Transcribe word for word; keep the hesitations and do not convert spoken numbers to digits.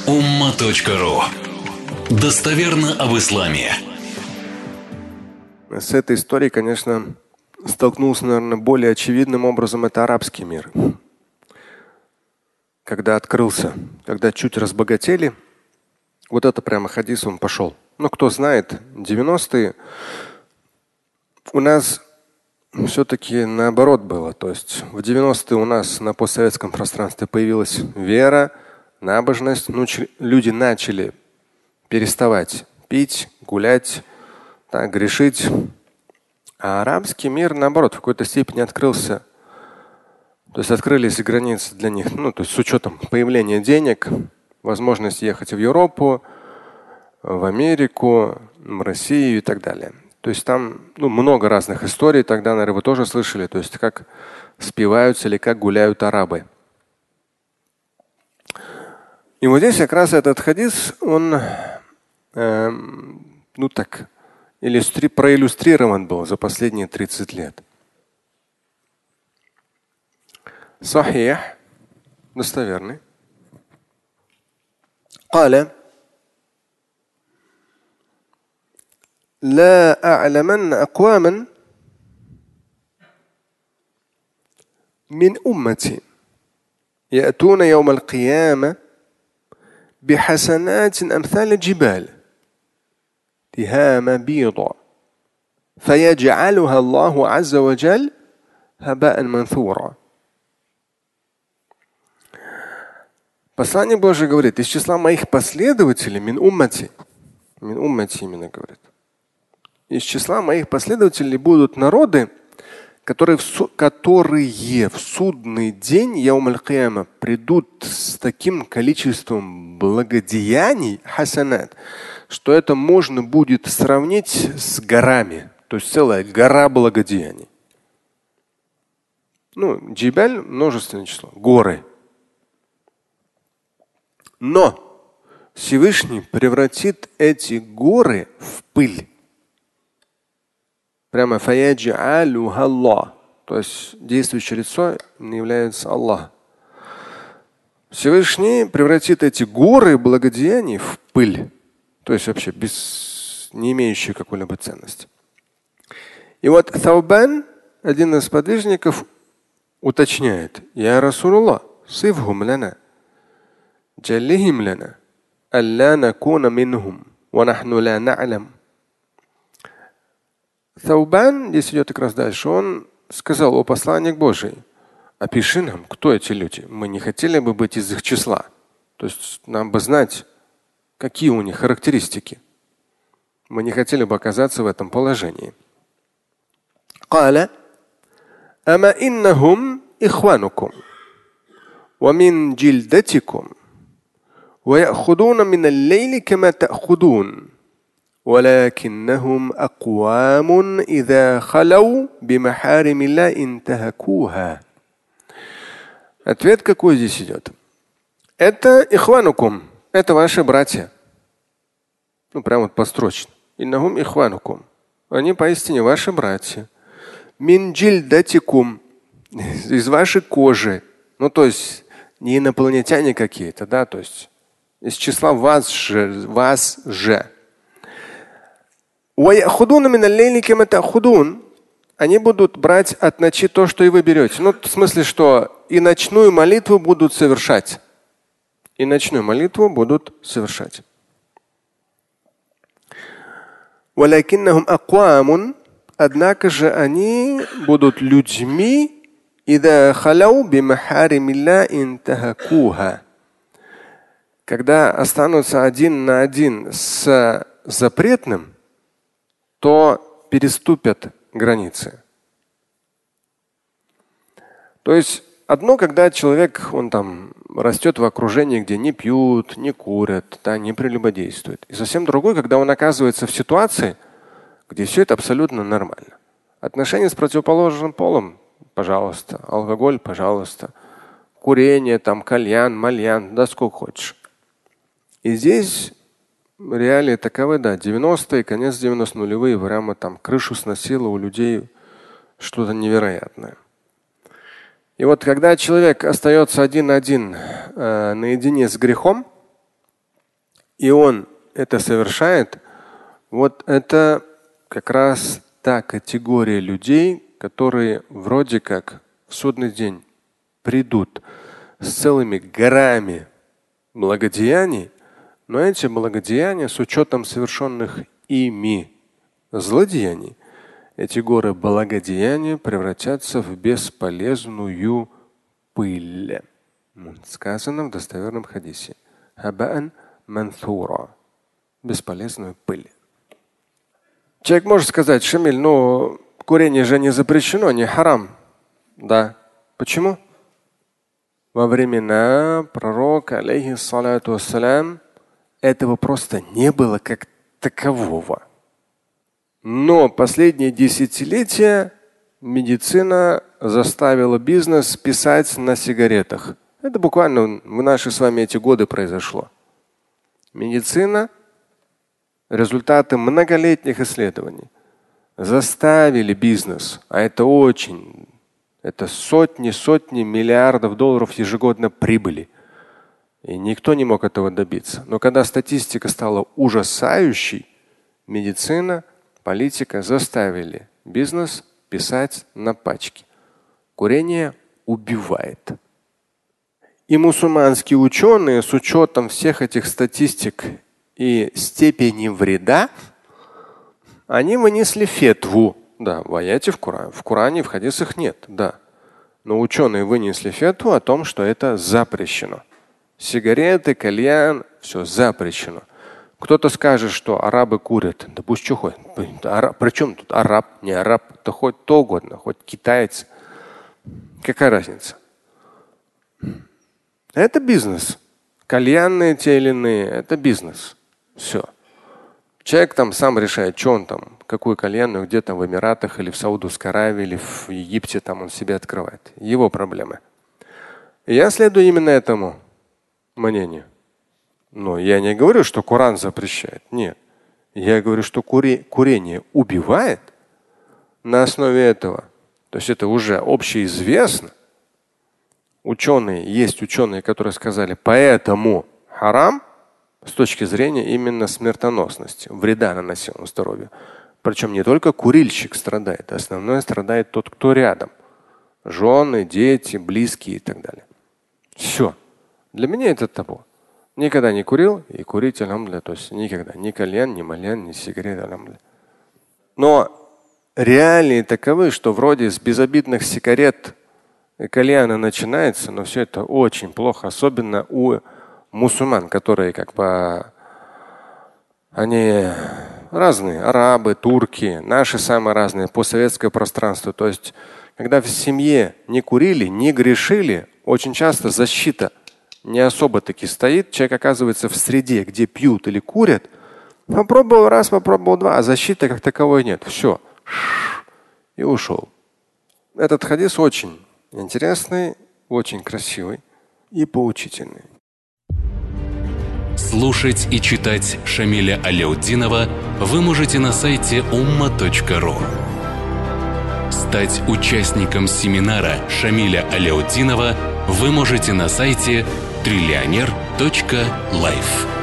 умма точка ру. Достоверно об исламе. С этой историей, конечно, столкнулся, наверное, более очевидным образом. Это арабский мир. Когда открылся, когда чуть разбогатели, вот это прямо хадис, он пошел. Ну, кто знает, девяностые у нас все-таки наоборот было. То есть в девяностые у нас на постсоветском пространстве появилась вера, набожность. Ну, люди начали переставать пить, гулять, так, грешить. А арабский мир, наоборот, в какой-то степени открылся. То есть открылись границы для них, ну, то есть с учетом появления денег, возможность ехать в Европу, в Америку, в Россию и так далее. То есть там ну, много разных историй, тогда, наверное, вы тоже слышали, то есть как спиваются или как гуляют арабы. И вот здесь как раз этот хадис, он э, ну так, иллюстри, проиллюстрирован был за последние тридцать лет. Сахих, достоверный. قال لا أعلمن أقواما من أمتي يأتون يوم القيامة بحسنات أمثال الجبال تهام بيضا فيجعلها الله عز وجل هباء منثورا. Послание Божие говорит, из числа моих последователей, мин уммати, мин уммати именно говорит, из числа моих последователей будут народы, которые в, су- которые в судный день яум аль-кияма придут с таким количеством благодеяний, хасанат, что это можно будет сравнить с горами, то есть целая гора благодеяний. Ну, джибаль, множественное число, горы. Но Всевышний превратит эти горы в пыль. Прямо фаяджиалюха Аллах. То есть действующее лицо является Аллах. Всевышний превратит эти горы благодеяний в пыль. То есть вообще без, не имеющие какой-либо ценности. И вот Таубан, один из подвижников, уточняет: Я Расулуллах, сивхум лана. جلهم لنا ألا نكون منهم ونحن لا نعلم. Таубан, здесь идет как раз дальше, он сказал: О посланник Божий, опиши нам, кто эти люди. Мы не хотели бы быть из их числа. То есть нам бы знать, какие у них характеристики. Мы не хотели бы оказаться в этом положении. قال أما إنهم إخوانكم ومن جلدتكم ويأخذون من الليل كما تأخذون ولكنهم أقوام إذا خلوا بمحارم الله انتهكوها. Ответ какой здесь идет? Это ихванукум, это ваши братья. Ну, прямо вот построчно. Иннахум ихванукум. Они поистине ваши братья. Мин джильдатикум, из вашей кожи. Ну, то есть не инопланетяне какие-то, да, то есть из числа вас же, вас же. Они будут брать от ночи то, что и вы берете. Ну, в смысле, что и ночную молитву будут совершать. И ночную молитву будут совершать. Однако же они будут людьми, когда останутся один на один с запретным, то переступят границы. То есть одно, когда человек, он там растет в окружении, где не пьют, не курят, да, не прелюбодействуют. И совсем другой, когда он оказывается в ситуации, где все это абсолютно нормально. Отношения с противоположным полом, пожалуйста. Алкоголь, пожалуйста. Курение, там, кальян, мальян, да сколько хочешь. И здесь реалии таковы, да, девяностые, конец девяностых, нулевые, прямо там крышу сносило у людей что-то невероятное. И вот когда человек остается один-один э, наедине с грехом, и он это совершает, вот это как раз та категория людей, которые вроде как в судный день придут с целыми горами благодеяний, но эти благодеяния с учетом совершенных ими злодеяний, эти горы благодеяния превратятся в бесполезную пыль. Сказано в достоверном хадисе. Хабаан мансура. Бесполезную пыль. Человек может сказать: Шамиль, ну курение же не запрещено, не харам. Да. Почему? Во времена пророка, алейхиссалату вассалям, этого просто не было как такового. Но последние десятилетия медицина заставила бизнес писать на сигаретах. Это буквально в наши с вами эти годы произошло. Медицина, результаты многолетних исследований заставили бизнес, а это очень, это сотни, сотни миллиардов долларов ежегодно прибыли. И никто не мог этого добиться. Но когда статистика стала ужасающей, медицина, политика заставили бизнес писать на пачке. Курение убивает. И мусульманские ученые с учетом всех этих статистик и степени вреда, они вынесли фетву. Да, в аяте в Коране. В Коране, в хадисах нет, да. Но ученые вынесли фетву о том, что это запрещено. Сигареты, кальян, все запрещено. Кто-то скажет, что арабы курят. Да пусть что хоть. Причем тут араб, не араб, да хоть кто угодно, хоть китаец. Какая разница? Это бизнес. Кальянные те или иные, это бизнес. Все. Человек там сам решает, что он там, какую кальянную, где там в Эмиратах или в Саудовской Аравии или в Египте там он себе открывает. Его проблемы. И я следую именно этому мнению. Но я не говорю, что Коран запрещает. Нет. Я говорю, что кури- курение убивает на основе этого. То есть это уже общеизвестно. Ученые, есть ученые, которые сказали, поэтому харам с точки зрения именно смертоносности, вреда наносимому здоровью. Причем не только курильщик страдает, основное страдает тот, кто рядом. Жены, дети, близкие и так далее. Все. Для меня это табу. Никогда не курил и курить, алхамдулилля, то есть никогда. Ни кальян, ни мальян, ни сигарет, алхамдулилля. Но реалии таковы, что вроде с безобидных сигарет и кальяна начинается, но все это очень плохо, особенно у мусульман, которые как бы они разные, арабы, турки, наши самые разные, постсоветское пространство. То есть, когда в семье не курили, не грешили, очень часто защита не особо таки стоит. Человек оказывается в среде, где пьют или курят. Попробовал раз, попробовал два, а защиты как таковой нет. Все. И ушел. Этот хадис очень интересный, очень красивый и поучительный. Слушать и читать Шамиля Аляутдинова вы можете на сайте умма точка ру. Стать участником семинара Шамиля Аляутдинова вы можете на сайте триллионер точка лайф.